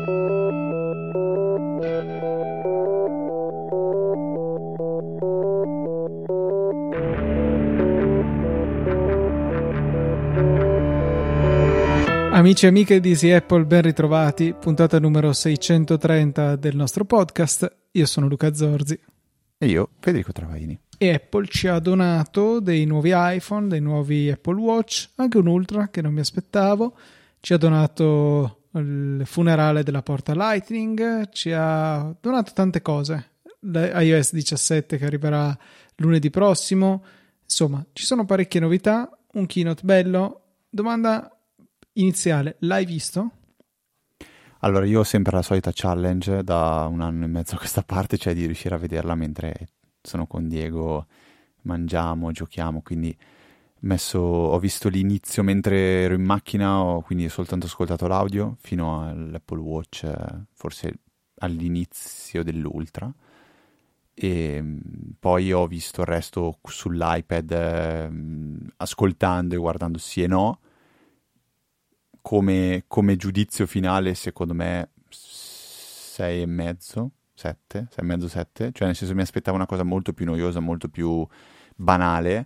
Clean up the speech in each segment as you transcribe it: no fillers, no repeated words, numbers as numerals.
Amici e amiche di Easy Apple, ben ritrovati, puntata numero 630 del nostro podcast. Io sono Luca Zorzi. E io, Federico Travaini. E Apple ci ha donato dei nuovi iPhone, dei nuovi Apple Watch, anche un Ultra che non mi aspettavo. Ci ha donato il funerale della porta Lightning, ci ha donato tante cose. iOS 17 che arriverà lunedì prossimo. Insomma, ci sono parecchie novità, un keynote bello. Domanda iniziale, l'hai visto? Allora, io ho sempre la solita challenge da un anno e mezzo a questa parte, cioè di riuscire a vederla mentre sono con Diego, mangiamo, giochiamo, quindi ho visto l'inizio mentre ero in macchina, quindi ho soltanto ascoltato l'audio fino all'Apple Watch, forse all'inizio dell'Ultra, e poi ho visto il resto sull'iPad, ascoltando e guardando sì e no. Come giudizio finale, secondo me 6,5, 7, 6,5, 7, cioè nel senso mi aspettavo una cosa molto più noiosa, molto più banale,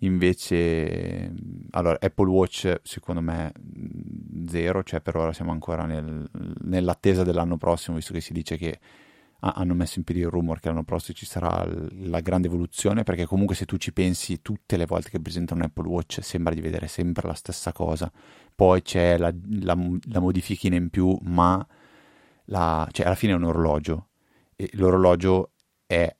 invece allora Apple Watch secondo me 0, cioè per ora siamo ancora nell'attesa dell'anno prossimo, visto che si dice che hanno messo in piedi il rumor che l'anno prossimo ci sarà la grande evoluzione, perché comunque se tu ci pensi tutte le volte che presentano un Apple Watch sembra di vedere sempre la stessa cosa, poi c'è la modifichina in più, ma cioè alla fine è un orologio e l'orologio è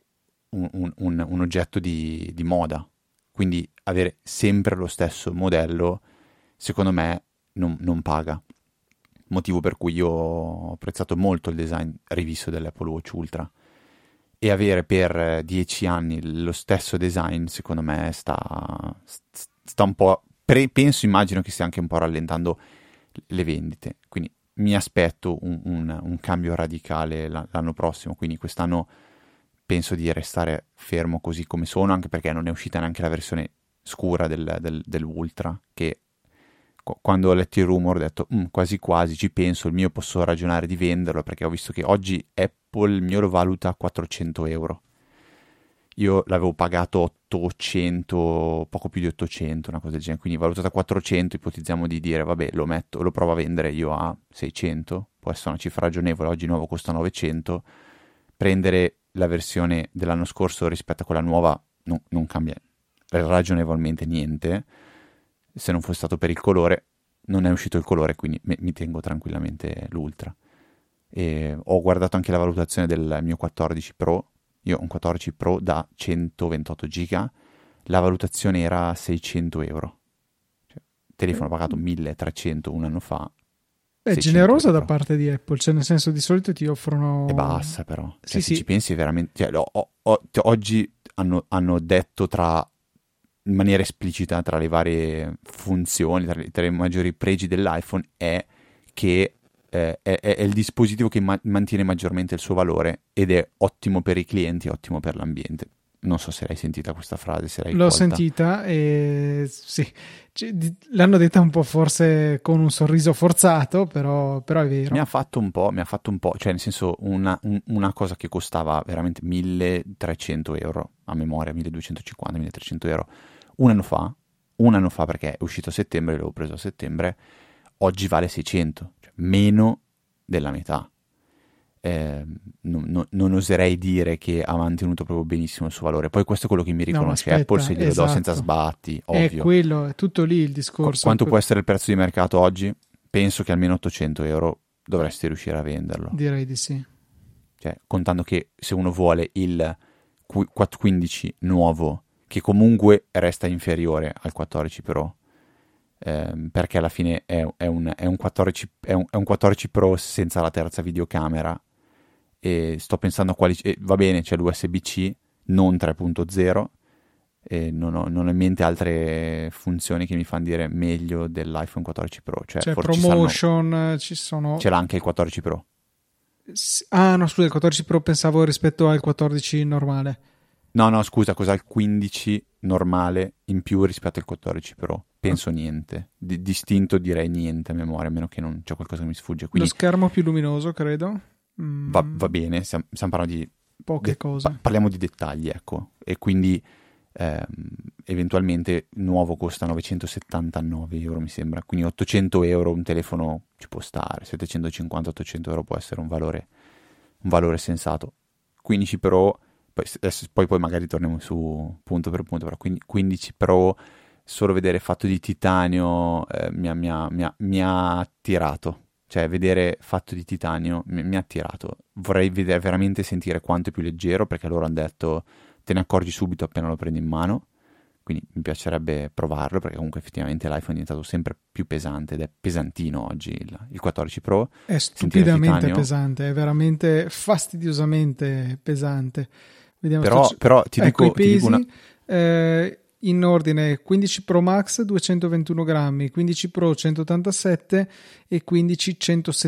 un oggetto di moda, quindi avere sempre lo stesso modello secondo me non paga. Motivo per cui io ho apprezzato molto il design rivisto dell'Apple Watch Ultra, e avere per 10 anni lo stesso design secondo me sta un po', immagino che stia anche un po' rallentando le vendite, quindi mi aspetto un cambio radicale l'anno prossimo, quindi quest'anno penso di restare fermo così come sono, anche perché non è uscita neanche la versione scura dell'Ultra, che quando ho letto il rumor ho detto quasi quasi ci penso, il mio posso ragionare di venderlo, perché ho visto che oggi Apple il mio lo valuta a 400 euro. Io l'avevo pagato 800, poco più di 800, una cosa del genere, quindi valutato a 400 ipotizziamo di dire vabbè lo provo a vendere io a 600, può essere una cifra ragionevole, oggi nuovo costa 900, prendere la versione dell'anno scorso rispetto a quella nuova non cambia ragionevolmente niente. Se non fosse stato per il colore, non è uscito il colore, quindi mi tengo tranquillamente l'Ultra. E ho guardato anche la valutazione del mio 14 Pro. Io ho un 14 Pro da 128 giga, la valutazione era 600 euro. Cioè, telefono pagato 1300 un anno fa. È generosa da parte di Apple, cioè nel senso di solito ti offrono... E basta però. Cioè, sì, se ci pensi veramente... Cioè, oggi hanno detto in maniera esplicita tra le varie funzioni, tra i maggiori pregi dell'iPhone è che è il dispositivo che mantiene maggiormente il suo valore ed è ottimo per i clienti, ottimo per l'ambiente. Non so se l'hai sentita questa frase, se l'hai L'ho colta. sentita e sì, l'hanno detta un po' forse con un sorriso forzato, però è vero. Mi ha fatto un po', cioè nel senso una cosa che costava veramente 1300 euro a memoria, 1250, 1300 euro un anno fa perché è uscito a settembre, l'avevo preso a settembre, oggi vale 600, cioè meno della metà. Non oserei dire che ha mantenuto proprio benissimo il suo valore. Poi questo è quello che mi riconosce Apple, se glielo do senza sbatti, ovvio. È quello, è tutto lì il discorso. Quanto può essere il prezzo di mercato oggi? Penso che almeno 800 euro dovresti riuscire a venderlo. Direi di sì. Cioè, contando che se uno vuole il 415 nuovo, che comunque resta inferiore al 14 Pro, perché alla fine è un 14 Pro senza la terza videocamera, e sto pensando a quali... va bene, c'è l'USB-C, non 3.0, e non ho in mente altre funzioni che mi fanno dire meglio dell'iPhone 14 Pro. Cioè c'è forse ProMotion, ci sono... Ce l'ha anche il 14 Pro. Ah no, scusa, il 14 Pro pensavo rispetto al 14 normale. No, scusa, cos'ha il 15 normale in più rispetto al 14 Pro? penso niente. Distinto direi niente a memoria, a meno che non c'è qualcosa che mi sfugge. Quindi Lo schermo più luminoso, credo. va bene, stiamo parlando di Poche cose. parliamo di dettagli, ecco. E quindi eventualmente il nuovo costa 979 euro, mi sembra. Quindi 800 euro un telefono ci può stare. 750-800 euro può essere un valore sensato. 15 Pro, poi magari torniamo su punto per punto, però 15 Pro, solo vedere fatto di titanio mi ha attirato. Cioè, vedere fatto di titanio mi ha attirato. Vorrei veramente sentire quanto è più leggero, perché loro hanno detto te ne accorgi subito appena lo prendi in mano. Quindi mi piacerebbe provarlo, perché comunque effettivamente l'iPhone è diventato sempre più pesante ed è pesantino oggi il 14 Pro. È stupidamente pesante, è veramente fastidiosamente pesante. Vediamo, però ti ecco dico, i pesi, una... in ordine 15 Pro Max 221 grammi, 15 Pro 187 e 15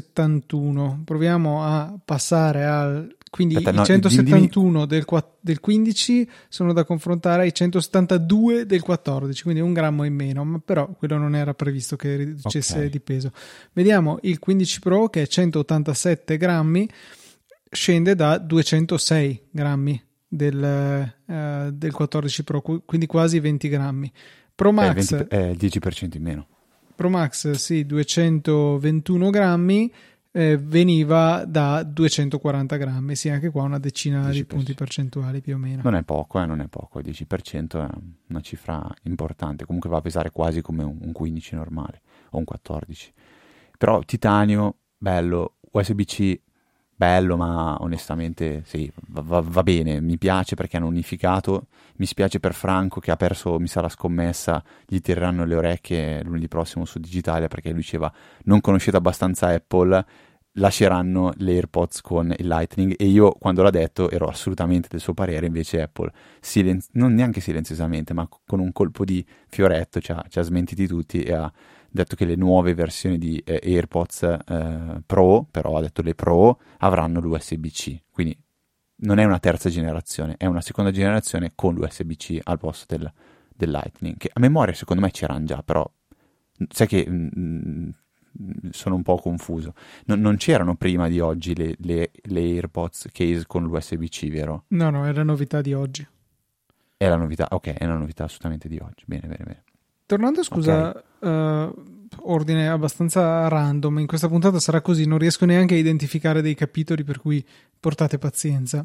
171. Proviamo a passare al... Quindi Aspetta, i 171 del 15 sono da confrontare ai 172 del 14, quindi 1 grammo in meno, ma però quello non era previsto che riducesse di peso. Vediamo il 15 Pro, che è 187 grammi, scende da 206 grammi del 14 Pro, quindi quasi 20 grammi. Pro Max è il 10% in meno. Pro Max, sì, 221 grammi, veniva da 240 grammi, sì, anche qua una decina di punti percentuali più o meno. Non è poco, il 10% è una cifra importante, comunque va a pesare quasi come un 15 normale, o un 14. Però titanio, bello, USB-C, bello, ma onestamente sì, va bene, mi piace perché hanno unificato. Mi spiace per Franco che ha perso, mi sa, la scommessa, gli tireranno le orecchie lunedì prossimo su Digitalia, perché lui diceva non conoscete abbastanza Apple, lasceranno le AirPods con il Lightning, e io quando l'ha detto ero assolutamente del suo parere. Invece Apple, non neanche silenziosamente, ma con un colpo di fioretto ci ha smentiti tutti e ha detto che le nuove versioni di AirPods Pro, però ha detto le Pro, avranno l'USB-C, quindi non è una terza generazione, è una seconda generazione con l'USB-C al posto del Lightning, che a memoria secondo me c'erano già, però sai che sono un po' confuso. Non c'erano prima di oggi le AirPods case con l'USB-C, vero? No, è la novità di oggi. È la novità, ok, è una novità assolutamente di oggi. Bene. Tornando, scusa, ordine abbastanza random, in questa puntata sarà così, non riesco neanche a identificare dei capitoli, per cui portate pazienza.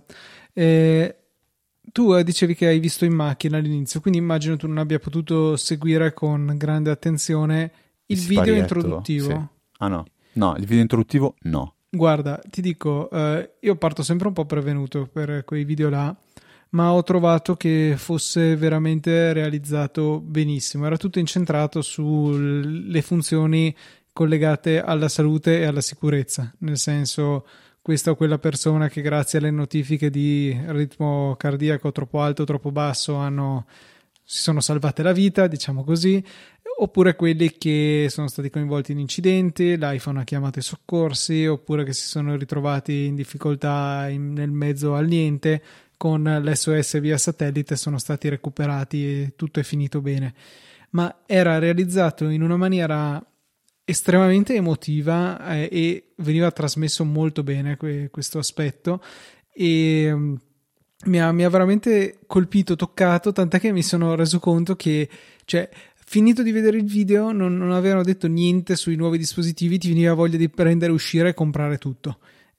Tu dicevi che hai visto in macchina all'inizio, quindi immagino tu non abbia potuto seguire con grande attenzione il video introduttivo. Sì. Ah no, il video introduttivo no. Guarda, ti dico, io parto sempre un po' prevenuto per quei video là, ma ho trovato che fosse veramente realizzato benissimo. Era tutto incentrato sulle funzioni collegate alla salute e alla sicurezza, nel senso, questa o quella persona che grazie alle notifiche di ritmo cardiaco troppo alto o troppo basso si sono salvate la vita, diciamo così, oppure quelli che sono stati coinvolti in incidenti, l'iPhone ha chiamato i soccorsi, oppure che si sono ritrovati in difficoltà nel mezzo al niente, con l'SOS via satellite sono stati recuperati e tutto è finito bene. Ma era realizzato in una maniera estremamente emotiva e veniva trasmesso molto bene questo aspetto, e mi ha veramente colpito, toccato, tant'è che mi sono reso conto che, cioè, finito di vedere il video, non avevano detto niente sui nuovi dispositivi, ti veniva voglia di prendere, uscire e comprare tutto.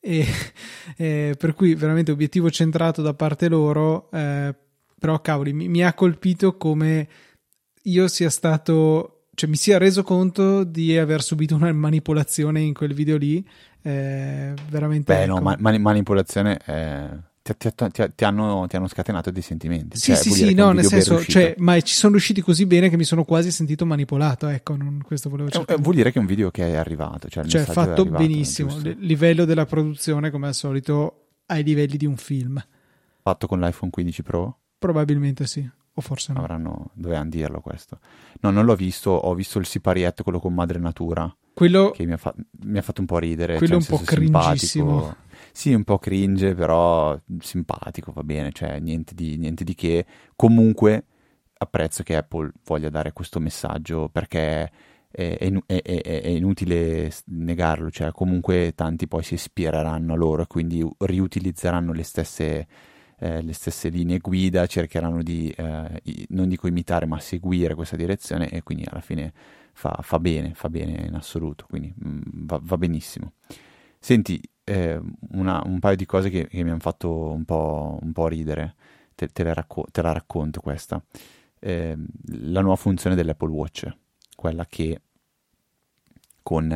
Per cui veramente obiettivo centrato da parte loro, però cavoli, mi ha colpito come io sia stato, cioè mi sia reso conto di aver subito una manipolazione in quel video lì, veramente. Beh, ecco. No, manipolazione ti hanno scatenato dei sentimenti. Sì, no, nel senso, cioè, ma ci sono riusciti così bene che mi sono quasi sentito manipolato, ecco, questo volevo cercare. Vuol dire che è un video che è arrivato, cioè fatto arrivato, benissimo, il livello della produzione come al solito ai livelli di un film. Fatto con l'iPhone 15 Pro? Probabilmente sì, o forse no. Dovevano dirlo questo. No, non l'ho visto, ho visto il siparietto, quello con Madre Natura, quello che mi ha fatto un po' ridere. Quello cioè, un po' cringissimo. Sì, un po' cringe, però simpatico, va bene, cioè niente di che. Comunque apprezzo che Apple voglia dare questo messaggio, perché è inutile negarlo, cioè comunque tanti poi si ispireranno a loro e quindi riutilizzeranno le stesse linee guida, cercheranno di, non dico imitare, ma seguire questa direzione, e quindi alla fine fa bene in assoluto, quindi va benissimo. Senti, un paio di cose che mi hanno fatto un po' ridere, te la racconto questa. La nuova funzione dell'Apple Watch, quella che con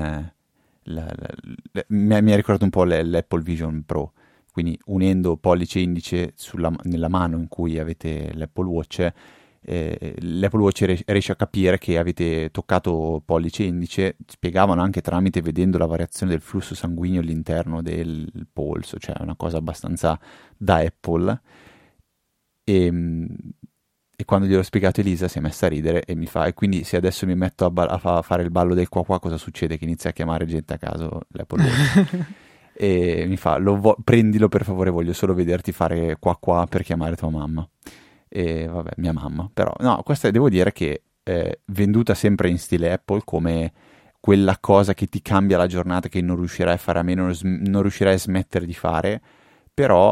mi ha ricordato un po' l'Apple Vision Pro, quindi unendo pollice e indice nella mano in cui avete l'Apple Watch, l'Apple Watch riesce a capire che avete toccato pollice e indice. Spiegavano anche tramite vedendo la variazione del flusso sanguigno all'interno del polso, cioè una cosa abbastanza da Apple. E quando gliel'ho spiegato, Elisa si è messa a ridere e mi fa: e quindi se adesso mi metto a fare il ballo del qua qua, cosa succede? Che inizia a chiamare gente a caso l'Apple Watch. E mi fa: prendilo per favore, voglio solo vederti fare qua qua per chiamare tua mamma. E vabbè, mia mamma. Però no, questa devo dire che venduta sempre in stile Apple come quella cosa che ti cambia la giornata, che non riuscirai a fare a meno, non riuscirai a smettere di fare, però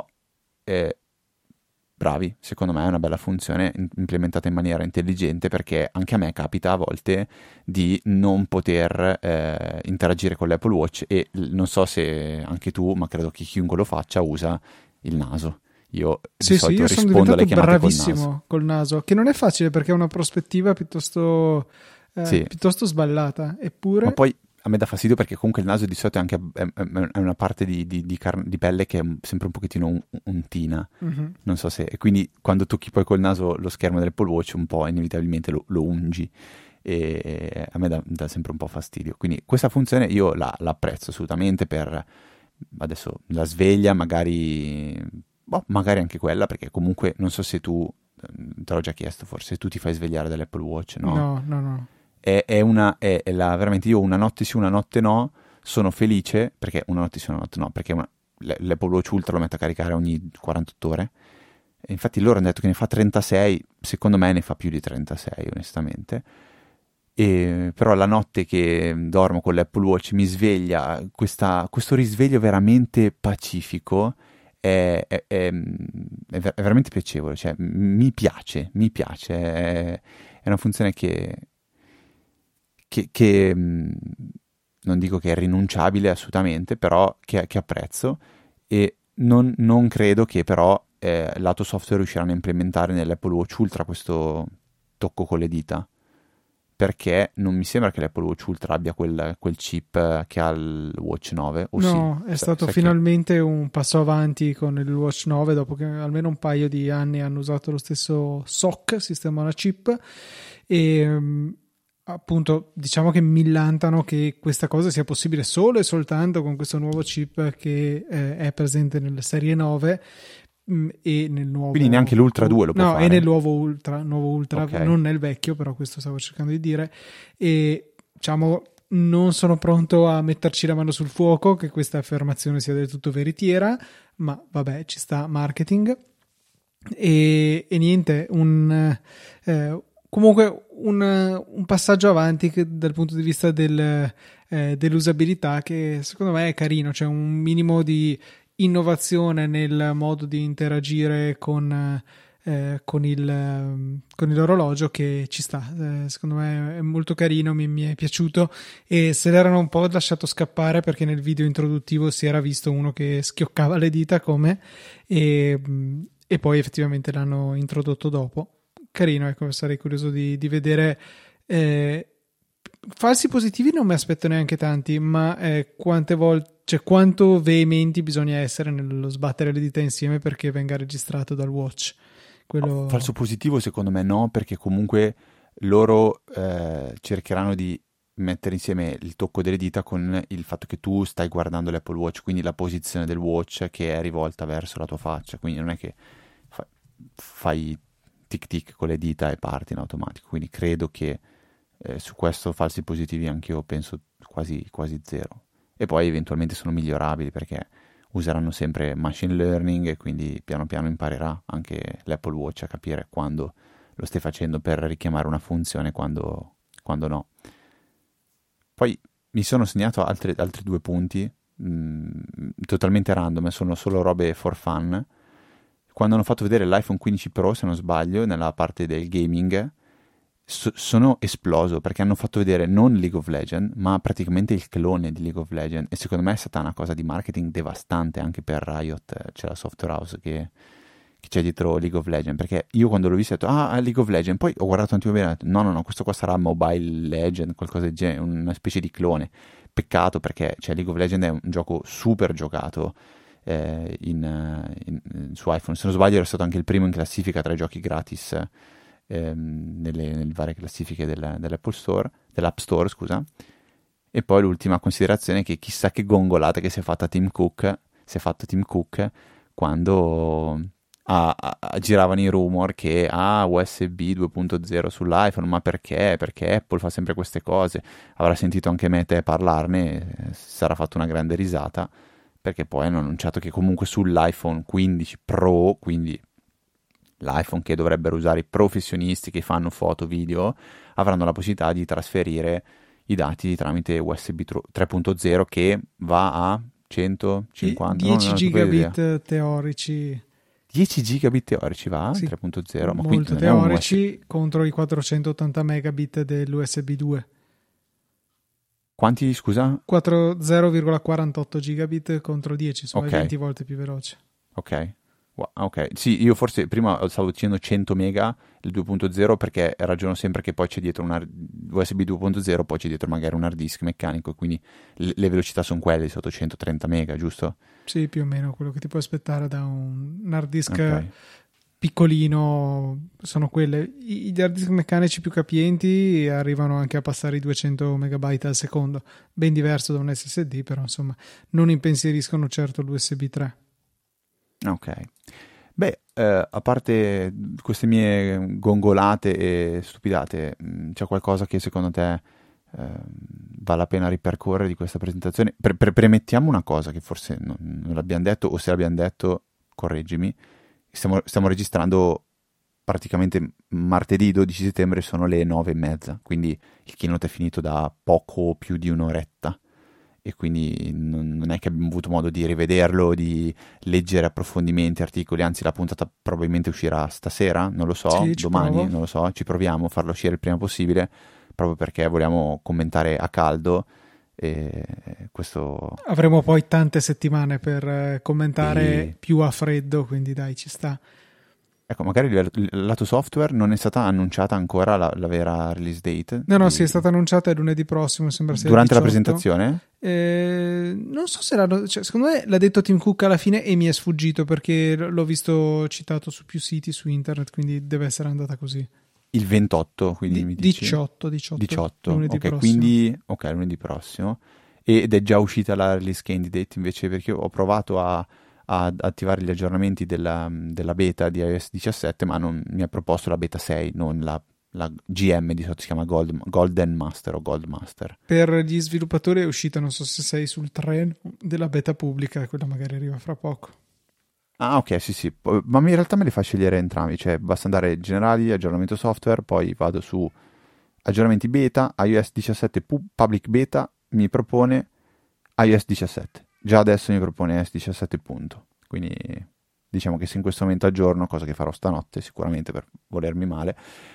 bravi, secondo me è una bella funzione implementata in maniera intelligente, perché anche a me capita a volte di non poter interagire con l'Apple Watch, e non so se anche tu, ma credo che chiunque lo faccia, usa il naso. Io di solito io sono rispondo alle diventato chiamate bravissimo col naso, che non è facile perché è una prospettiva piuttosto sì, sballata, ma eppure poi a me dà fastidio perché comunque il naso di solito è anche è una parte di pelle che è sempre un pochettino untina, Mhm. non so se... E quindi quando tocchi poi col naso lo schermo dell'Apple Watch, un po' inevitabilmente lo ungi, e a me dà sempre un po' fastidio. Quindi questa funzione io la apprezzo assolutamente per... Adesso la sveglia, magari anche quella, perché comunque non so se tu, te l'ho già chiesto forse, se tu ti fai svegliare dall'Apple Watch, no? No. Veramente, io una notte sì, una notte no, sono felice, perché una notte sì, una notte no, perché l'Apple Watch Ultra lo metto a caricare ogni 48 ore, e infatti loro hanno detto che ne fa 36, secondo me ne fa più di 36 onestamente, però la notte che dormo con l'Apple Watch mi sveglia questo risveglio veramente pacifico, è veramente piacevole, cioè mi piace, è una funzione che non dico che è rinunciabile assolutamente, però che apprezzo, e non credo che però lato software riusciranno a implementare nell'Apple Watch Ultra questo tocco con le dita, perché non mi sembra che l'Apple Watch Ultra abbia quel chip che ha il Watch 9, o sì? No, è stato Sai finalmente un passo avanti con il Watch 9 dopo che almeno un paio di anni hanno usato lo stesso SoC, sistema on a chip, e appunto diciamo che millantano che questa cosa sia possibile solo e soltanto con questo nuovo chip che è presente nella serie 9 e nel nuovo... Quindi neanche l'Ultra 2 lo può fare? No, è nel nuovo Ultra, Okay. non nel vecchio, però questo stavo cercando di dire, e diciamo non sono pronto a metterci la mano sul fuoco che questa affermazione sia del tutto veritiera, ma vabbè, ci sta marketing. E niente, comunque un passaggio avanti dal punto di vista dell'usabilità, che secondo me è carino, c'è un minimo di innovazione nel modo di interagire con l'orologio che ci sta. Secondo me è molto carino, mi è piaciuto, e se l'erano un po' lasciato scappare perché nel video introduttivo si era visto uno che schioccava le dita e poi effettivamente l'hanno introdotto dopo. Carino, ecco, sarei curioso di vedere. Falsi positivi non mi aspetto neanche tanti, ma quante volte, cioè quanto veementi bisogna essere nello sbattere le dita insieme perché venga registrato dal watch. Quello... Falso positivo secondo me no, perché comunque loro cercheranno di mettere insieme il tocco delle dita con il fatto che tu stai guardando l'Apple Watch, quindi la posizione del watch che è rivolta verso la tua faccia, quindi non è che fai tic tic con le dita e parti in automatico, quindi credo che su questo falsi positivi anche io penso quasi zero, e poi eventualmente sono migliorabili perché useranno sempre machine learning, e quindi piano piano imparerà anche l'Apple Watch a capire quando lo stai facendo per richiamare una funzione quando no. Poi mi sono segnato altri 2 punti, totalmente random, sono solo robe for fun. Quando hanno fatto vedere l'iPhone 15 Pro, se non sbaglio, nella parte del gaming, sono esploso perché hanno fatto vedere non League of Legends, ma praticamente il clone di League of Legends, e secondo me è stata una cosa di marketing devastante anche per Riot, c'è la software house che c'è dietro League of Legends, perché io quando l'ho visto ho detto League of Legends, poi ho guardato un attimo bene e ho detto no, questo qua sarà Mobile Legend, qualcosa del genere, una specie di clone. Peccato, perché League of Legends è un gioco super giocato su iPhone. Se non sbaglio era stato anche il primo in classifica tra i giochi gratis nelle varie classifiche dell'App Store, scusa. E poi l'ultima considerazione è che chissà che gongolata che si è fatto Tim Cook quando giravano i rumor che USB 2.0 sull'iPhone, ma perché? Perché Apple fa sempre queste cose. Avrà sentito anche me e te parlarne, sarà fatto una grande risata, perché poi hanno annunciato che comunque sull'iPhone 15 Pro, quindi l'iPhone che dovrebbero usare i professionisti che fanno foto, video, avranno la possibilità di trasferire i dati tramite USB 3.0 che va a 150 10 gigabit teorici. 10 gigabit teorici va? Sì, 3.0, ma molto teorici contro i 480 megabit dell'USB 2. Quanti, scusa? 0,48 gigabit contro 10, sono Ok. 20 volte più veloce. Ok. Ok, sì, io forse prima stavo dicendo 100 mega il 2.0 perché ragiono sempre che poi c'è dietro un USB 2.0, poi c'è dietro magari un hard disk meccanico, quindi le velocità sono quelle sotto 130 mega, giusto? Sì, più o meno quello che ti puoi aspettare da un hard disk Ok. piccolino sono quelle. Gli hard disk meccanici più capienti arrivano anche a passare i 200 megabyte al secondo, ben diverso da un SSD, però insomma non impensieriscono certo l'USB 3. Ok. Beh, a parte queste mie gongolate e stupidate, c'è qualcosa che secondo te vale la pena ripercorrere di questa presentazione? Premettiamo una cosa che forse non l'abbiamo detto, o se l'abbiamo detto, correggimi. Stiamo registrando praticamente martedì 12 settembre, sono le 9:30, quindi il keynote è finito da poco più di un'oretta. E quindi non è che abbiamo avuto modo di rivederlo, di leggere approfondimenti, articoli, anzi la puntata probabilmente uscirà stasera, non lo so, Sì, domani, provo. non lo so, ci proviamo a farlo uscire il prima possibile, proprio perché vogliamo commentare a caldo e questo... Avremo poi tante settimane per commentare E... più a freddo, quindi dai, ci sta. Ecco, magari il lato software non è stata annunciata ancora la vera release date No, sì, è stata annunciata lunedì prossimo, sembra sia il durante la 18. presentazione? Non so se secondo me l'ha detto Tim Cook alla fine e mi è sfuggito perché l'ho visto citato su più siti su internet, quindi deve essere andata così. Il 28, quindi mi dici? 18, lunedì ok, prossimo. quindi lunedì prossimo. Ed è già uscita la release candidate invece, perché io ho provato a attivare gli aggiornamenti della beta di iOS 17, ma non mi ha proposto la beta 6, non la GM, di solito si chiama Golden Master o Gold Master. Per gli sviluppatori è uscita, non so se sei sul treno della beta pubblica, quella magari arriva fra poco. Ah, ok, sì, ma in realtà me li fa scegliere entrambi, cioè basta andare generali, aggiornamento software, poi vado su aggiornamenti beta, iOS 17 public beta, mi propone iOS 17. Già adesso mi propone iOS 17 punto. Quindi diciamo che se in questo momento aggiorno, cosa che farò stanotte sicuramente per volermi male,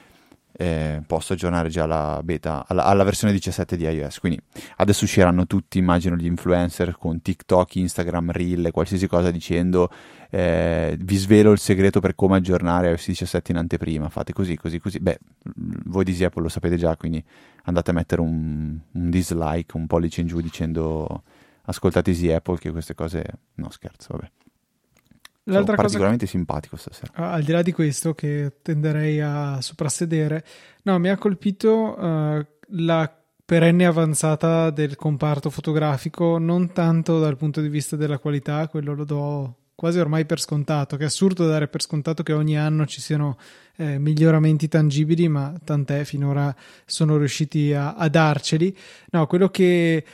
posso aggiornare già la beta alla versione 17 di iOS. Quindi adesso usciranno tutti, immagino, gli influencer con TikTok, Instagram, Reel, qualsiasi cosa dicendo vi svelo il segreto per come aggiornare iOS 17 in anteprima, fate così. Beh, voi di Easy Apple lo sapete già, quindi andate a mettere un dislike, un pollice in giù dicendo ascoltate Easy Apple, che queste cose... No, scherzo, vabbè. L'altra Sono cosa particolarmente simpatico stasera. al di là di questo che tenderei a soprassedere, no, mi ha colpito la perenne avanzata del comparto fotografico, non tanto dal punto di vista della qualità, quello lo do quasi ormai per scontato, che è assurdo dare per scontato che ogni anno ci siano miglioramenti tangibili, ma tant'è, finora sono riusciti a darceli. No, quello che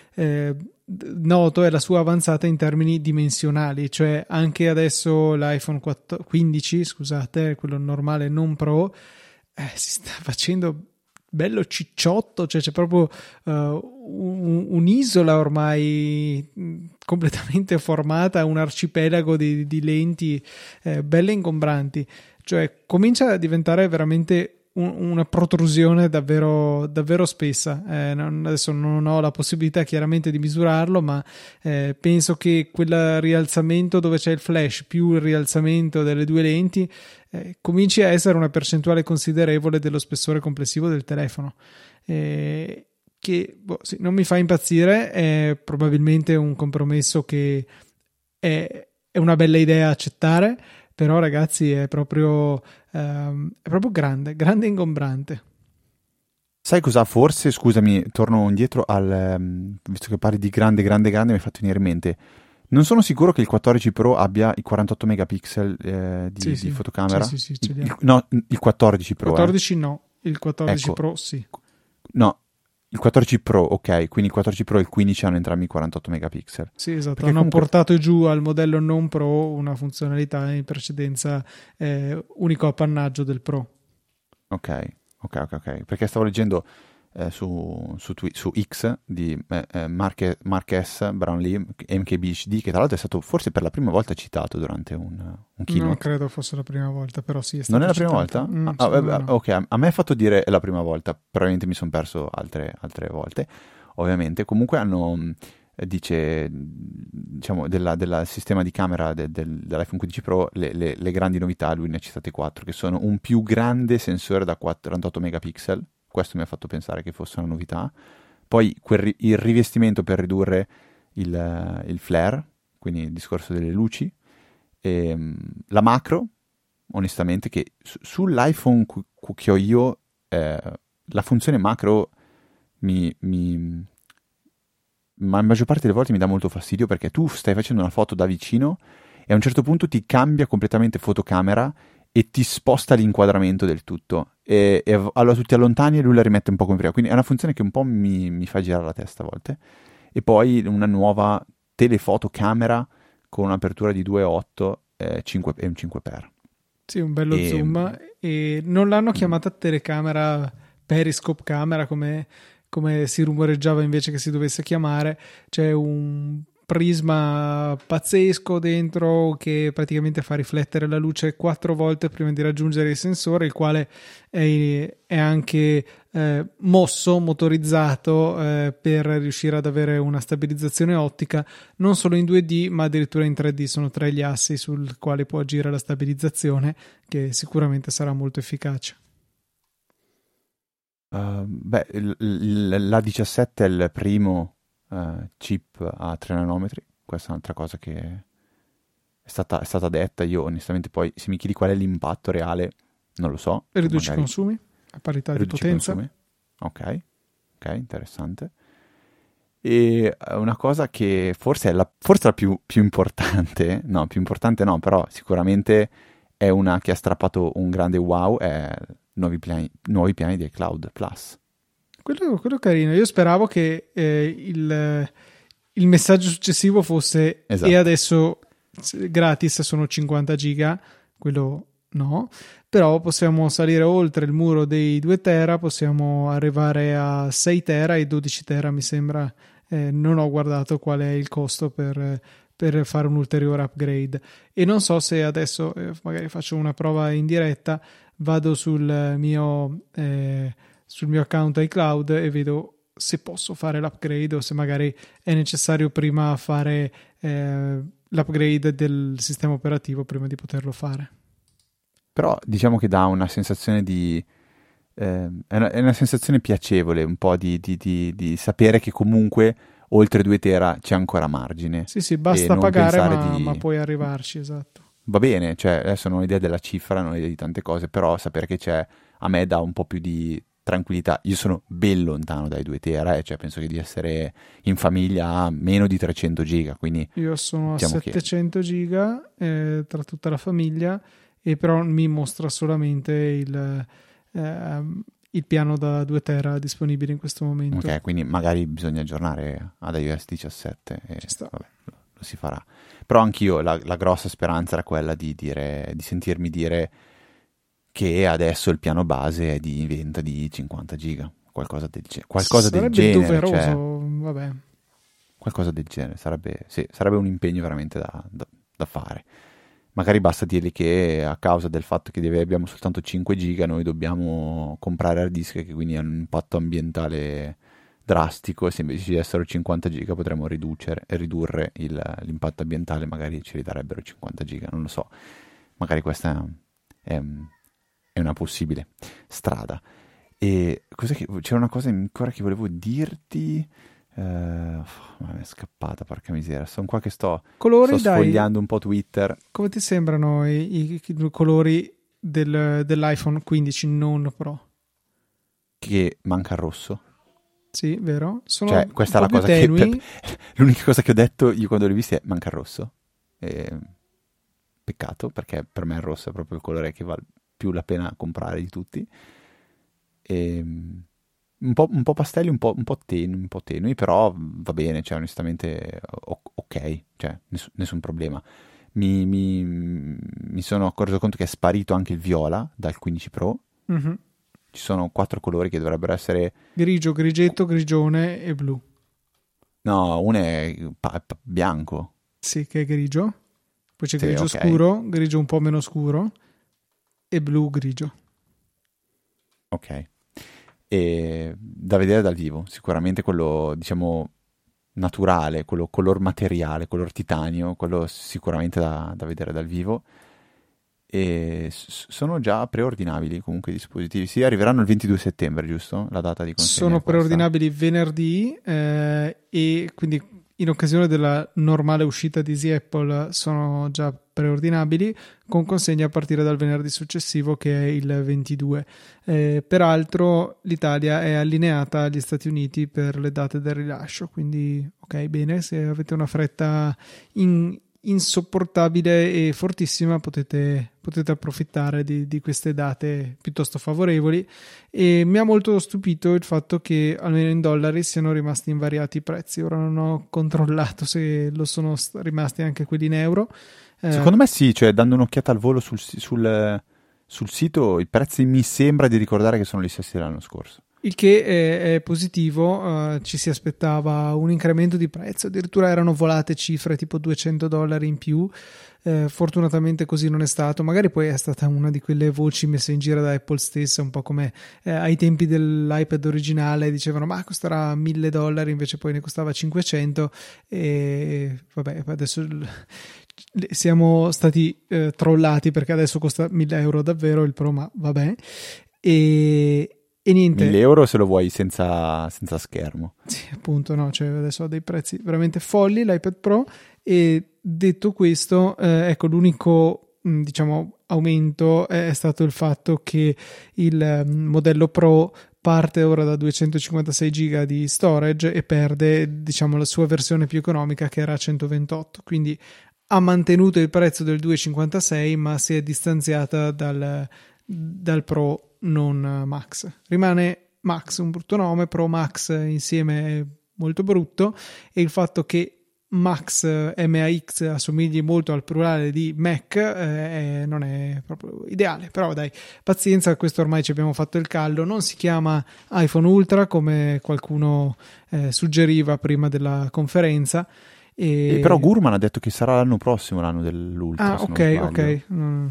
noto è la sua avanzata in termini dimensionali, cioè anche adesso l'iPhone 15, scusate, quello normale non Pro, si sta facendo bello cicciotto, cioè c'è proprio un'isola ormai completamente formata, un arcipelago di lenti belle ingombranti, cioè comincia a diventare veramente una protrusione davvero, davvero spessa. Adesso non ho la possibilità chiaramente di misurarlo, ma penso che quel rialzamento dove c'è il flash più il rialzamento delle due lenti cominci a essere una percentuale considerevole dello spessore complessivo del telefono, che sì, non mi fa impazzire. È probabilmente un compromesso che è una bella idea accettare, però ragazzi è proprio grande e ingombrante. Sai cosa? Forse, scusami, torno indietro visto che parli di grande, mi hai fatto venire in mente. Non sono sicuro che il 14 Pro abbia i 48 megapixel di fotocamera. Sì, ce li ha. No, il 14 Pro. Il 14 no, il 14 ecco, Pro sì. No, il 14 Pro, ok, quindi il 14 Pro e il 15 hanno entrambi i 48 megapixel. Sì, esatto, perché hanno comunque portato giù al modello non Pro una funzionalità in precedenza unico appannaggio del Pro. Ok, perché stavo leggendo su X di Marques Brownlee, MKBHD, che tra l'altro è stato forse per la prima volta citato durante un keynote. Non credo fosse la prima volta, però sì, è stato Non è la citato. prima volta? No. Ok, a me è fatto dire è la prima volta, probabilmente mi sono perso altre volte. Ovviamente, comunque dice, diciamo, del sistema di camera dell'iPhone 15 Pro, le grandi novità, lui ne ha citate 4, che sono un più grande sensore da 48 megapixel, questo mi ha fatto pensare che fosse una novità, poi il rivestimento per ridurre il flare, quindi il discorso delle luci, e la macro, onestamente, che sull'iPhone che ho io, la funzione macro ma in maggior parte delle volte mi dà molto fastidio, perché tu stai facendo una foto da vicino e a un certo punto ti cambia completamente fotocamera e ti sposta l'inquadramento del tutto, e allora tu ti allontani e lui la rimette un po' come prima, quindi è una funzione che un po' mi fa girare la testa a volte. E poi una nuova telefotocamera con un'apertura di 2.8 e un 5x. Sì, un bello zoom, e non l'hanno chiamata telecamera periscope camera come si rumoreggiava invece che si dovesse chiamare. C'è un prisma pazzesco dentro che praticamente fa riflettere la luce 4 volte prima di raggiungere il sensore, il quale è anche motorizzato per riuscire ad avere una stabilizzazione ottica non solo in 2D ma addirittura in 3D. Sono 3 gli assi sul quale può agire la stabilizzazione, che sicuramente sarà molto efficace. L'A17 è il primo chip a 3 nanometri, questa è un'altra cosa che è stata detta. Io onestamente, poi se mi chiedi qual è l'impatto reale non lo so. Riduci i consumi a parità di potenza. Ok, interessante. E una cosa che forse è la più importante, più importante no, però sicuramente è una che ha strappato un grande wow, è nuovi piani di iCloud Plus. Quello carino. Io speravo che il messaggio successivo fosse esatto. E adesso gratis sono 50 giga, quello no, però possiamo salire oltre il muro dei 2 tera, possiamo arrivare a 6 tera e 12 tera mi sembra. Non ho guardato qual è il costo per fare un ulteriore upgrade, e non so se adesso magari faccio una prova in diretta, vado sul mio account iCloud e vedo se posso fare l'upgrade o se magari è necessario prima fare l'upgrade del sistema operativo prima di poterlo fare. Però diciamo che dà una sensazione di è una sensazione piacevole, un po' di sapere che comunque oltre 2 tera c'è ancora margine. Sì, basta pagare, ma puoi arrivarci, esatto. Va bene, cioè adesso non ho idea della cifra, non ho idea di tante cose, però sapere che c'è, a me dà un po' più di tranquillità. Io sono ben lontano dai 2 tera, cioè penso di essere in famiglia a meno di 300 giga, quindi io sono a 700 giga tra tutta la famiglia, e però mi mostra solamente il piano da 2 tera disponibile in questo momento. Ok, quindi magari bisogna aggiornare ad iOS 17 e vabbè, lo si farà. Però anch'io la grossa speranza era quella di sentirmi dire che adesso il piano base diventa di 50 giga, qualcosa del qualcosa del Sarebbe genere, doveroso, cioè, vabbè. qualcosa del genere, sarebbe un impegno veramente da fare. Magari basta dirgli che a causa del fatto che abbiamo soltanto 5 giga noi dobbiamo comprare hard disk, che quindi hanno un impatto ambientale drastico, e se invece ci dessero 50 giga potremmo ridurre l'impatto ambientale, magari ci ridarebbero 50 giga, non lo so, magari questa è una possibile strada. E c'era una cosa ancora che volevo dirti, ma mi è scappata, porca miseria. Sono qua che sto sfogliando un po' Twitter. Come ti sembrano i colori dell'iPhone 15 non Pro? Che manca il rosso. Sì, vero? Sono cioè, questa è la cosa tenui. L'unica cosa che ho detto io quando l'ho visto è manca il rosso. Peccato, perché per me il rosso è proprio il colore che vale più la pena comprare di tutti. Un po' pastelli, un po' tenui, però va bene, cioè onestamente ok, cioè nessun problema. Mi sono accorto conto che è sparito anche il viola dal 15 Pro. Mm-hmm. Ci sono 4 colori che dovrebbero essere grigio, grigetto, grigione e blu. No, uno è bianco. Sì, che è grigio. Poi c'è Sì, grigio okay. scuro, grigio un po' meno scuro e blu grigio. Ok. E da vedere dal vivo, sicuramente quello, diciamo, naturale, quello color materiale, color titanio, quello sicuramente da vedere dal vivo. E sono già preordinabili comunque i dispositivi. Sì, arriveranno il 22 settembre, giusto? La data di consegna. Sono preordinabili venerdì e quindi in occasione della normale uscita di Easy Apple sono già preordinabili con consegna a partire dal venerdì successivo, che è il 22. Peraltro l'Italia è allineata agli Stati Uniti per le date del rilascio, quindi ok, bene, se avete una fretta insopportabile e fortissima potete approfittare di queste date piuttosto favorevoli. E mi ha molto stupito il fatto che almeno in dollari siano rimasti invariati i prezzi. Ora non ho controllato se lo sono rimasti anche quelli in euro. Secondo me sì, cioè dando un'occhiata al volo sul sito i prezzi mi sembra di ricordare che sono gli stessi dell'anno scorso. Il che è positivo, ci si aspettava un incremento di prezzo, addirittura erano volate cifre tipo $200 in più, fortunatamente così non è stato. Magari poi è stata una di quelle voci messe in giro da Apple stessa, un po' come ai tempi dell'iPad originale dicevano ma costerà $1.000, invece poi ne costava 500 e vabbè, adesso siamo stati trollati perché adesso costa €1.000 davvero il Pro, ma vabbè. E niente. €1.000 se lo vuoi senza schermo. Sì, appunto, no, cioè adesso ha dei prezzi veramente folli l'iPad Pro. E detto questo, ecco, l'unico diciamo aumento è stato il fatto che il modello Pro parte ora da 256 giga di storage e perde, diciamo, la sua versione più economica che era 128, quindi ha mantenuto il prezzo del 256 ma si è distanziata dal Pro non Max. Rimane Max un brutto nome, Pro Max insieme è molto brutto, e il fatto che Max MAX assomigli molto al plurale di Mac non è proprio ideale, però dai, pazienza, questo ormai ci abbiamo fatto il callo. Non si chiama iPhone Ultra come qualcuno suggeriva prima della conferenza. E però Gurman ha detto che sarà l'anno prossimo l'anno dell'Ultra. Ah, ok.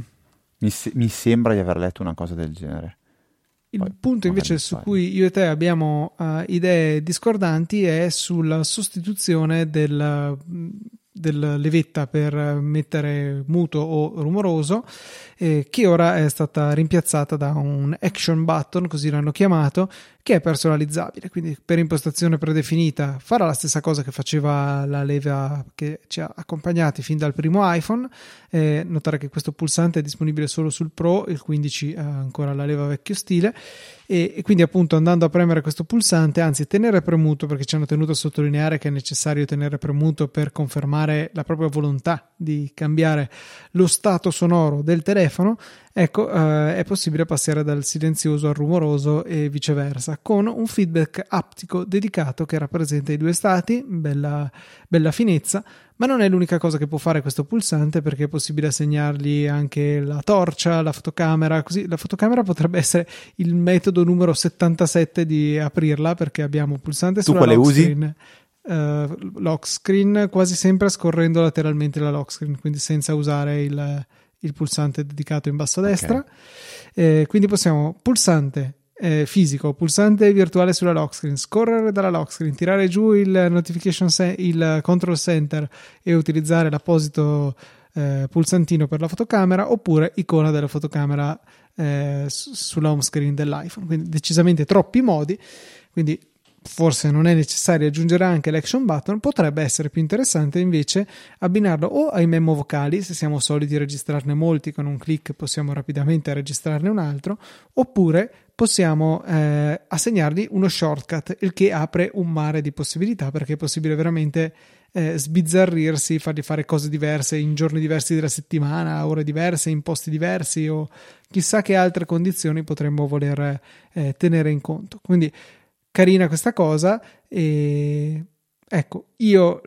Mi sembra di aver letto una cosa del genere. Il punto invece su cui io e te abbiamo idee discordanti è sulla sostituzione della levetta per mettere muto o rumoroso, che ora è stata rimpiazzata da un action button, così l'hanno chiamato, che è personalizzabile, quindi per impostazione predefinita farà la stessa cosa che faceva la leva che ci ha accompagnati fin dal primo iPhone. Notare che questo pulsante è disponibile solo sul Pro, il 15 ha ancora la leva vecchio stile, e quindi appunto andando a premere questo pulsante, anzi tenere premuto, perché ci hanno tenuto a sottolineare che è necessario tenere premuto per confermare la propria volontà di cambiare lo stato sonoro del telefono, Ecco, è possibile passare dal silenzioso al rumoroso e viceversa, con un feedback aptico dedicato che rappresenta i due stati, bella finezza, ma non è l'unica cosa che può fare questo pulsante, perché è possibile assegnargli anche la torcia, la fotocamera, così la fotocamera potrebbe essere il metodo numero 77 di aprirla, perché abbiamo un pulsante Tu sulla quale lock usi? screen. Lock screen, quasi sempre scorrendo lateralmente la lock screen, quindi senza usare il pulsante dedicato in basso a destra. Quindi possiamo pulsante fisico, pulsante virtuale sulla lock screen, scorrere dalla lock screen, tirare giù il il control center e utilizzare l'apposito pulsantino per la fotocamera, oppure icona della fotocamera sulla home screen dell'iPhone. Quindi decisamente troppi modi, quindi forse non è necessario aggiungere anche l'action button. Potrebbe essere più interessante invece abbinarlo o ai memo vocali, se siamo soliti registrarne molti, con un click possiamo rapidamente registrarne un altro, oppure possiamo assegnargli uno shortcut, il che apre un mare di possibilità, perché è possibile veramente sbizzarrirsi, fargli fare cose diverse in giorni diversi della settimana, ore diverse, in posti diversi, o chissà che altre condizioni potremmo voler tenere in conto. Quindi carina questa cosa, e ecco, io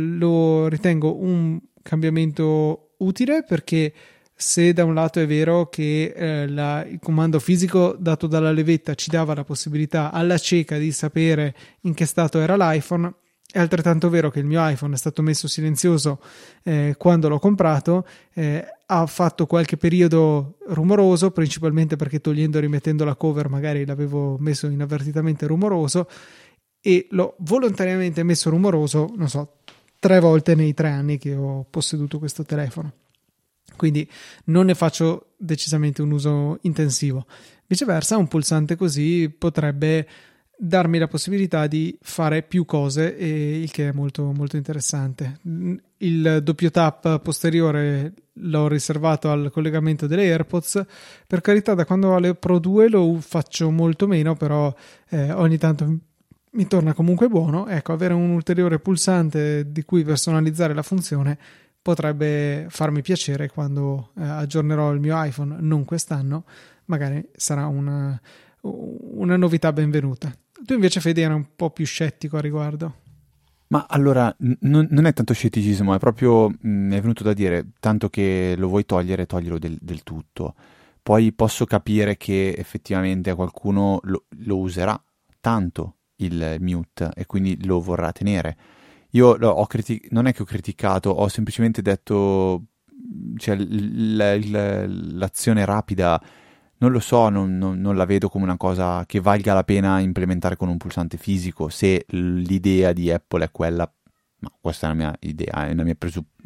lo ritengo un cambiamento utile, perché se da un lato è vero che il comando fisico dato dalla levetta ci dava la possibilità alla cieca di sapere in che stato era l'iPhone, è altrettanto vero che il mio iPhone è stato messo silenzioso quando l'ho comprato, ha fatto qualche periodo rumoroso, principalmente perché togliendo e rimettendo la cover magari l'avevo messo inavvertitamente rumoroso, e l'ho volontariamente messo rumoroso, non so, 3 volte nei 3 anni che ho posseduto questo telefono. Quindi non ne faccio decisamente un uso intensivo. Viceversa, un pulsante così potrebbe darmi la possibilità di fare più cose, e il che è molto molto interessante. Il doppio tap posteriore l'ho riservato al collegamento delle AirPods. Per carità, da quando ho le Pro 2 lo faccio molto meno, però ogni tanto mi torna comunque buono. Ecco, avere un ulteriore pulsante di cui personalizzare la funzione potrebbe farmi piacere quando aggiornerò il mio iPhone, non quest'anno. Magari sarà una novità benvenuta. Tu invece, Fede, eri un po' più scettico a riguardo. Ma allora, non è tanto scetticismo, è proprio, mi è venuto da dire, tanto che lo vuoi togliere, toglilo del tutto. Poi posso capire che effettivamente a qualcuno lo userà tanto il mute e quindi lo vorrà tenere. Io non è che ho criticato, ho semplicemente detto, cioè, l'azione rapida, non lo so, non la vedo come una cosa che valga la pena implementare con un pulsante fisico, se l'idea di Apple è quella. Ma questa è la mia idea, è la mia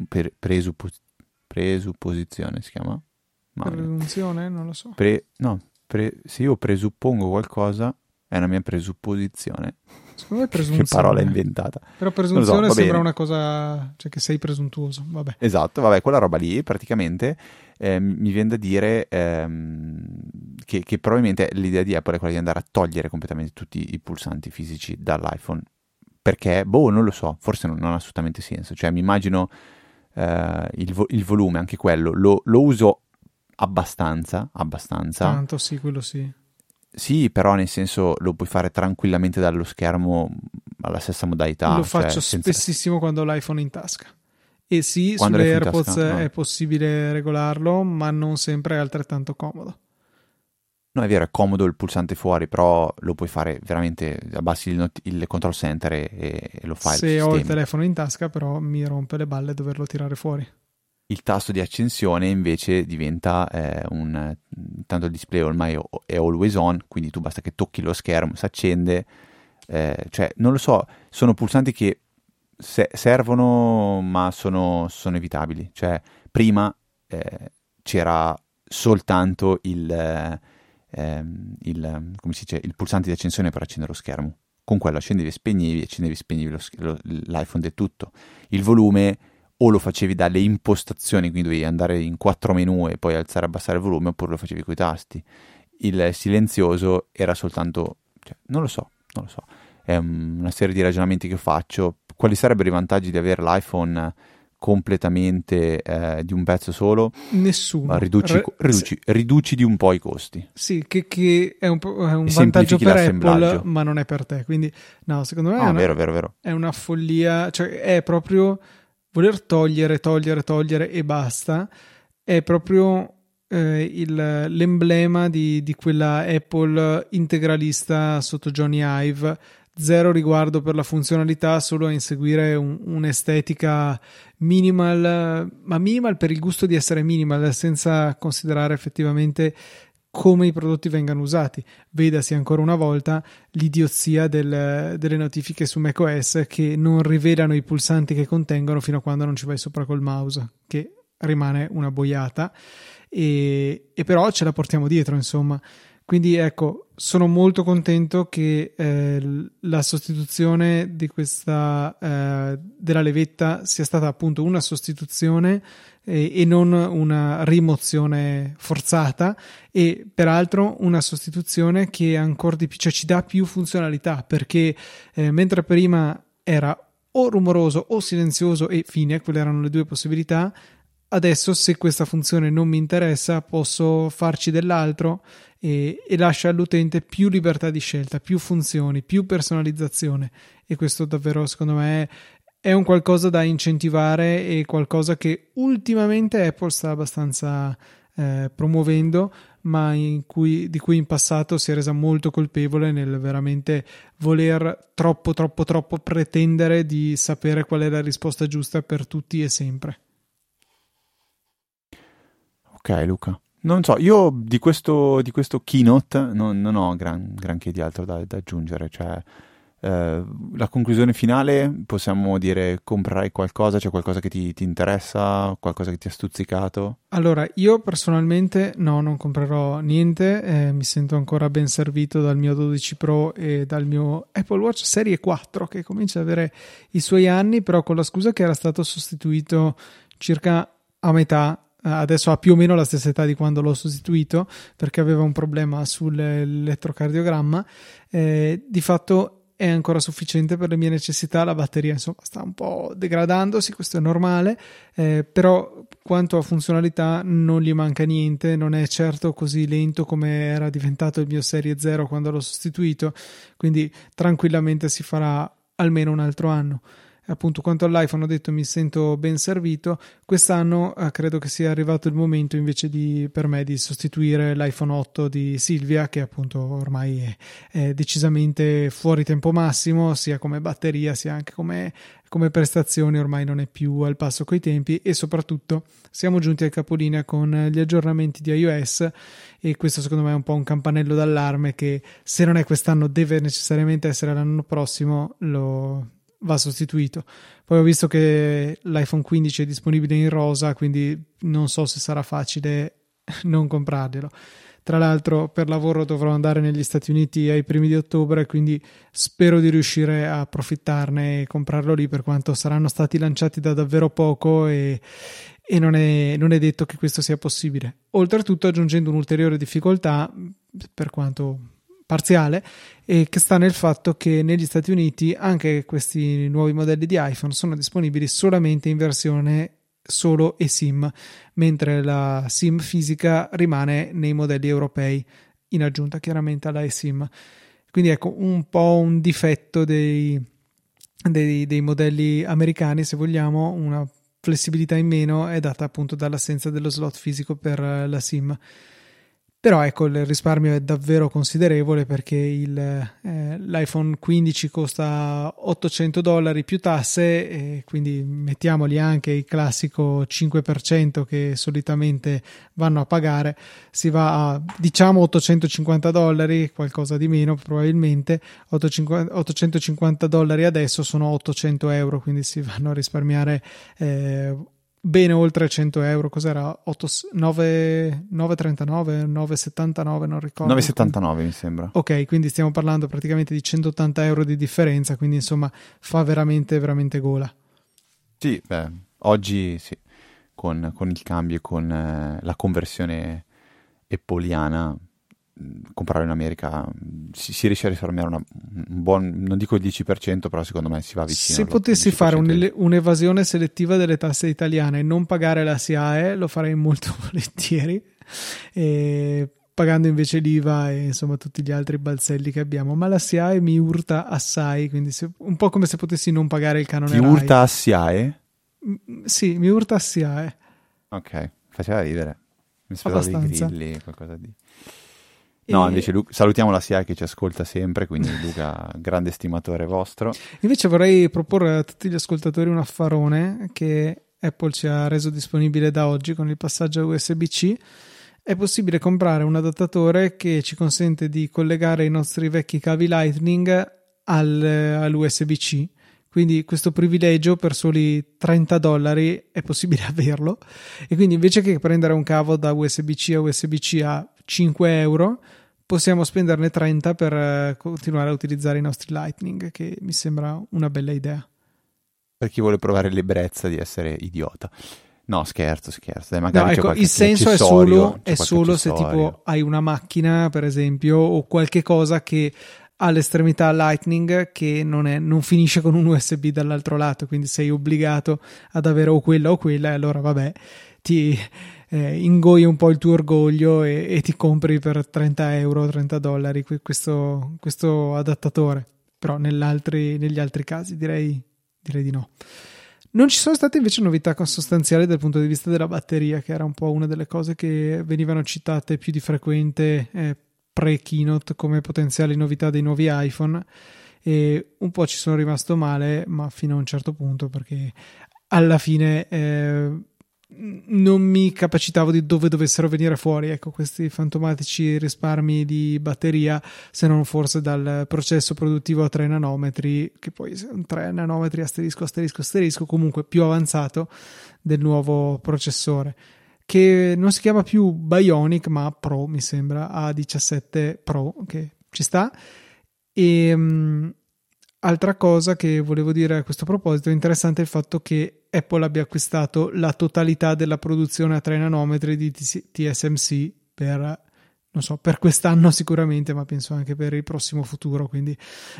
presupposizione, si chiama? Presunzione? Non lo so. Se io presuppongo qualcosa, è una mia presupposizione. Secondo me presunzione. Che parola inventata. Però presunzione so, sembra bene. una cosa, cioè che sei presuntuoso. Vabbè. Esatto, vabbè, quella roba lì praticamente mi viene da dire che probabilmente l'idea di Apple è quella di andare a togliere completamente tutti i pulsanti fisici dall'iPhone, perché, non lo so, forse non ha assolutamente senso. Cioè mi immagino il volume, anche quello, lo uso abbastanza. Tanto sì, quello sì. Sì, però nel senso lo puoi fare tranquillamente dallo schermo alla stessa modalità. Lo faccio senza. spessissimo quando ho l'iPhone in tasca. E sì, Quando sulle l'iPhone in AirPods tasca, no. è possibile regolarlo, ma non sempre è altrettanto comodo. No, è vero, è comodo il pulsante fuori, però lo puoi fare veramente, abbassi il control center e lo fai. Se ho il telefono in tasca, però mi rompe le balle doverlo tirare fuori. Il tasto di accensione invece diventa tanto il display ormai è always on, quindi tu basta che tocchi lo schermo, si accende, cioè non lo so, sono pulsanti che servono ma sono evitabili. Cioè prima c'era soltanto come si dice, il pulsante di accensione per accendere lo schermo, con quello accendevi e spegnevi l'iPhone del tutto. Il volume o lo facevi dalle impostazioni, quindi dovevi andare in 4 menu e poi alzare e abbassare il volume, oppure lo facevi coi tasti. Il silenzioso era soltanto, cioè, non lo so, è una serie di ragionamenti che faccio. Quali sarebbero i vantaggi di avere l'iPhone completamente di un pezzo solo, Nessuno. Riduci di un po' i costi. Sì, che è un E vantaggio semplifichi per l'assemblaggio. Apple, ma non è per te. Quindi, no, secondo me Vero. è una follia. Cioè, è proprio voler togliere e basta. È proprio l'emblema di quella Apple integralista sotto Johnny Ive. Zero riguardo per la funzionalità, solo a inseguire un'estetica minimal, ma minimal per il gusto di essere minimal, senza considerare effettivamente come i prodotti vengano usati. Vedasi ancora una volta l'idiozia delle notifiche su macOS che non rivelano i pulsanti che contengono fino a quando non ci vai sopra col mouse, che rimane una boiata, e però ce la portiamo dietro, insomma. Quindi ecco, sono molto contento che la sostituzione di questa della levetta sia stata appunto una sostituzione e non una rimozione forzata, e peraltro una sostituzione che ancora di più, cioè ci dà più funzionalità, perché mentre prima era o rumoroso o silenzioso e fine, quelle erano le due possibilità. Adesso, se questa funzione non mi interessa, posso farci dell'altro e lascia all'utente più libertà di scelta, più funzioni, più personalizzazione, e questo davvero secondo me è un qualcosa da incentivare e qualcosa che ultimamente Apple sta abbastanza promuovendo, ma di cui in passato si è resa molto colpevole nel veramente voler troppo pretendere di sapere qual è la risposta giusta per tutti e sempre. Ok, Luca. Non so, io di questo keynote non ho granché di altro da aggiungere. Cioè, la conclusione finale, possiamo dire, comprerai qualcosa? C'è qualcosa che ti interessa? Qualcosa che ti ha stuzzicato? Allora, io personalmente no, non comprerò niente, mi sento ancora ben servito dal mio 12 Pro e dal mio Apple Watch Serie 4, che comincia ad avere i suoi anni, però con la scusa che era stato sostituito circa a metà. Adesso ha più o meno la stessa età di quando l'ho sostituito, perché aveva un problema sull'elettrocardiogramma. Di fatto è ancora sufficiente per le mie necessità, la batteria insomma sta un po' degradandosi, questo è normale, però quanto a funzionalità non gli manca niente, non è certo così lento come era diventato il mio Serie 0 quando l'ho sostituito, quindi tranquillamente si farà almeno un altro anno. Appunto, quanto all'iPhone ho detto mi sento ben servito. Quest'anno credo che sia arrivato il momento invece per me di sostituire l'iPhone 8 di Silvia, che appunto ormai è decisamente fuori tempo massimo, sia come batteria sia anche come prestazioni, ormai non è più al passo coi tempi, e soprattutto siamo giunti al capolinea con gli aggiornamenti di iOS, e questo secondo me è un po' un campanello d'allarme che, se non è quest'anno, deve necessariamente essere l'anno prossimo, va sostituito. Poi ho visto che l'iPhone 15 è disponibile in rosa, quindi non so se sarà facile non comprarglielo. Tra l'altro, per lavoro dovrò andare negli Stati Uniti ai primi di ottobre, quindi spero di riuscire a approfittarne e comprarlo lì, per quanto saranno stati lanciati da davvero poco e non è detto che questo sia possibile. Oltretutto, aggiungendo un'ulteriore difficoltà, per quanto parziale, e che sta nel fatto che negli Stati Uniti anche questi nuovi modelli di iPhone sono disponibili solamente in versione solo eSIM, mentre la SIM fisica rimane nei modelli europei, in aggiunta chiaramente alla eSIM. Quindi ecco, un po' un difetto dei modelli americani, se vogliamo. Una flessibilità in meno è data appunto dall'assenza dello slot fisico per la SIM. Però ecco, il risparmio è davvero considerevole, perché l'iPhone 15 costa $800 più tasse, e quindi mettiamoli anche il classico 5% che solitamente vanno a pagare, si va a diciamo $850, qualcosa di meno probabilmente. $850 adesso sono €800, quindi si vanno a risparmiare bene oltre €100. Cos'era? 9,39, 9,79, non ricordo. 9,79 mi sembra. Ok, quindi stiamo parlando praticamente di €180 di differenza, quindi insomma fa veramente veramente gola. Sì, oggi sì, con il cambio e con la conversione appleiana comprarlo in America si riesce a risparmiare un buon, non dico il 10%, però secondo me si va vicino. Se potessi fare un'evasione selettiva delle tasse italiane e non pagare la SIAE, lo farei molto volentieri, pagando invece l'IVA e insomma tutti gli altri balzelli che abbiamo, ma la SIAE mi urta assai, quindi un po' come se potessi non pagare il canone Ti Rai. urta a SIAE? Sì, mi urta a SIAE. Ok, faceva ridere. Mi aspettavo dei grilli, qualcosa di... No, invece salutiamo la SIAE che ci ascolta sempre, quindi Luca, grande stimatore vostro. Invece vorrei proporre a tutti gli ascoltatori un affarone che Apple ci ha reso disponibile da oggi con il passaggio a USB-C. È possibile comprare un adattatore che ci consente di collegare i nostri vecchi cavi Lightning all'USB-C. Quindi questo privilegio per soli $30 è possibile averlo, e quindi invece che prendere un cavo da USB-C a USB-C a €5 possiamo spenderne 30 per continuare a utilizzare i nostri Lightning, che mi sembra una bella idea. Per chi vuole provare l'ebbrezza di essere idiota. No, scherzo. Dai, magari no, ecco, il senso è solo se tipo hai una macchina, per esempio, o qualche cosa che ha l'estremità Lightning che non finisce con un USB dall'altro lato, quindi sei obbligato ad avere o quella, e allora vabbè, ti ingoi un po' il tuo orgoglio e ti compri per $30 questo adattatore. Però negli altri casi direi di no. Non ci sono state invece novità sostanziali dal punto di vista della batteria, che era un po' una delle cose che venivano citate più di frequente pre-keynote come potenziali novità dei nuovi iPhone, e un po' ci sono rimasto male, ma fino a un certo punto, perché alla fine non mi capacitavo di dove dovessero venire fuori, ecco, questi fantomatici risparmi di batteria, se non forse dal processo produttivo a 3 nanometri, che poi 3 nanometri asterisco, comunque più avanzato del nuovo processore, che non si chiama più Bionic ma Pro, mi sembra, A17 Pro, che ci sta. E altra cosa che volevo dire a questo proposito, è interessante il fatto che Apple abbia acquistato la totalità della produzione a 3 nanometri di TSMC per quest'anno sicuramente, ma penso anche per il prossimo futuro, quindi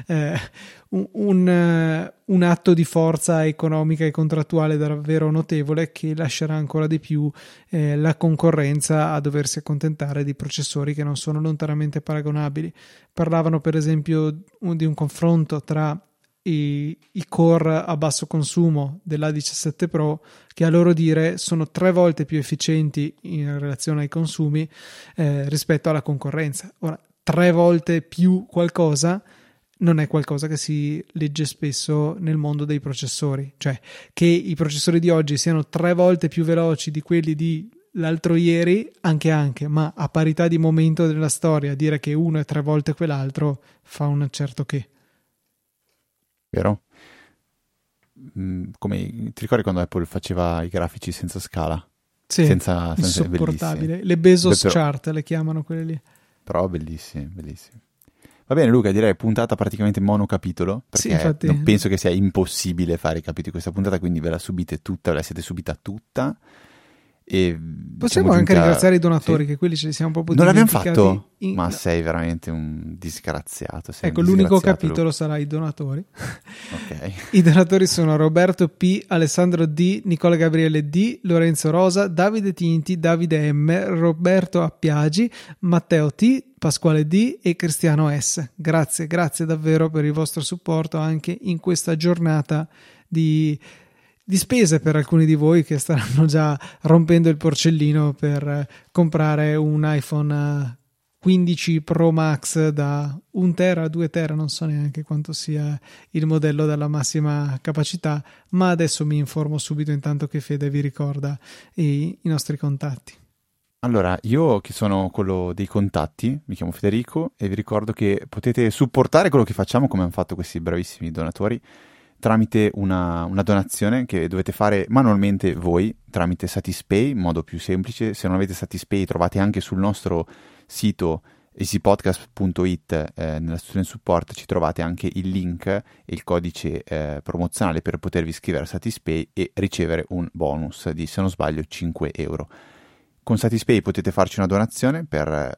un atto di forza economica e contrattuale davvero notevole, che lascerà ancora di più la concorrenza a doversi accontentare di processori che non sono lontanamente paragonabili. Parlavano per esempio di un confronto tra i core a basso consumo dell'A17 Pro, che a loro dire sono 3 volte più efficienti in relazione ai consumi rispetto alla concorrenza. Ora, 3 volte più qualcosa non è qualcosa che si legge spesso nel mondo dei processori, cioè che i processori di oggi siano 3 volte più veloci di quelli di l'altro ieri, anche, ma a parità di momento della storia dire che uno è 3 volte quell'altro fa un certo che. Vero? Come ti ricordi quando Apple faceva i grafici senza scala? Sì, senza insopportabile. bellissimi. Le Bezos chart le chiamano quelle lì. Però bellissimi. Va bene Luca, direi puntata praticamente monocapitolo, perché sì, infatti, non penso che sia impossibile fare i capitoli di questa puntata, quindi ve la subite tutta, ve la siete subita tutta. E possiamo anche ringraziare i donatori, sì, che quelli ce li siamo proprio non l'abbiamo fatto? Ma no, sei veramente un disgraziato. Ecco, l'unico capitolo sarà i donatori. Okay. I donatori sono Roberto P, Alessandro D, Nicola Gabriele D, Lorenzo Rosa, Davide Tinti, Davide M, Roberto Appiagi, Matteo T, Pasquale D e Cristiano S. Grazie davvero per il vostro supporto anche in questa giornata di spese per alcuni di voi che staranno già rompendo il porcellino per comprare un iPhone 15 Pro Max da 1 tera, 2 tera, non so neanche quanto sia il modello dalla massima capacità, ma adesso mi informo subito intanto che Fede vi ricorda i nostri contatti. Allora, io che sono quello dei contatti, mi chiamo Federico e vi ricordo che potete supportare quello che facciamo, come hanno fatto questi bravissimi donatori, tramite una donazione che dovete fare manualmente voi, tramite Satispay, in modo più semplice. Se non avete Satispay trovate anche sul nostro sito easypodcast.it, nella sezione support ci trovate anche il link e il codice promozionale per potervi iscrivere a Satispay e ricevere un bonus di, se non sbaglio, €5. Con Satispay potete farci una donazione per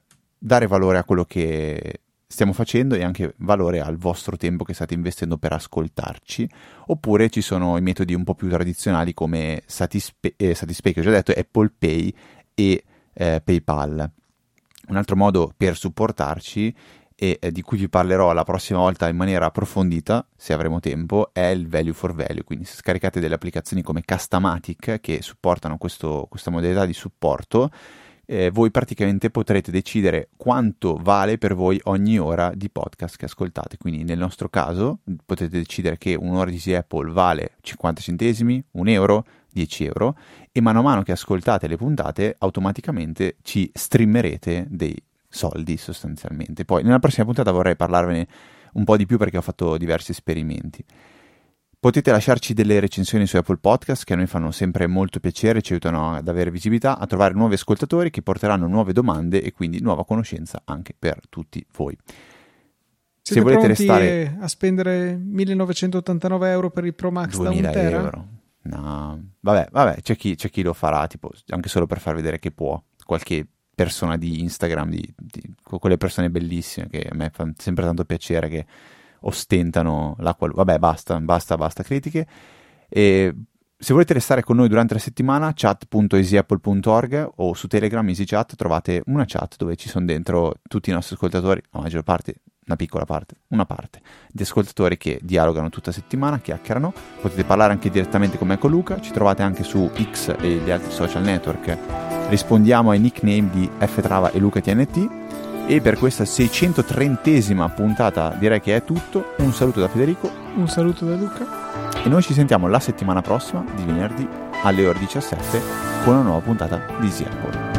dare valore a quello che stiamo facendo e anche valore al vostro tempo che state investendo per ascoltarci. Oppure ci sono i metodi un po' più tradizionali come Satispay, che ho già detto, Apple Pay e PayPal. Un altro modo per supportarci e di cui vi parlerò la prossima volta in maniera approfondita, se avremo tempo, è il value for value. Quindi se scaricate delle applicazioni come Castamatic che supportano questa modalità di supporto, voi praticamente potrete decidere quanto vale per voi ogni ora di podcast che ascoltate. Quindi nel nostro caso potete decidere che un'ora di Easy Apple vale 50 centesimi, 1 euro, 10 euro, e mano a mano che ascoltate le puntate automaticamente ci streamerete dei soldi sostanzialmente. Poi nella prossima puntata vorrei parlarvene un po' di più perché ho fatto diversi esperimenti. Potete lasciarci delle recensioni su Apple Podcast che a noi fanno sempre molto piacere, ci aiutano ad avere visibilità, a trovare nuovi ascoltatori che porteranno nuove domande e quindi nuova conoscenza anche per tutti voi. Siete volete restare a spendere 1989 euro per il Pro Max da 1 tera? Euro. No, vabbè, c'è chi lo farà, tipo anche solo per far vedere che può. Qualche persona di Instagram, di quelle persone bellissime che a me fa sempre tanto piacere, che ostentano la qualità. Vabbè, basta critiche. E se volete restare con noi durante la settimana, chat.easyapple.org o su Telegram EasyChat trovate una chat dove ci sono dentro tutti i nostri ascoltatori, la maggior parte, una parte di ascoltatori che dialogano tutta la settimana, chiacchierano. Potete parlare anche direttamente con me e con Luca, ci trovate anche su X e gli altri social network, rispondiamo ai nickname di Ftrava e Luca TNT. E per questa 630esima puntata direi che è tutto. Un saluto da Federico, un saluto da Luca, e noi ci sentiamo la settimana prossima di venerdì alle ore 17 con una nuova puntata di Easy Apple.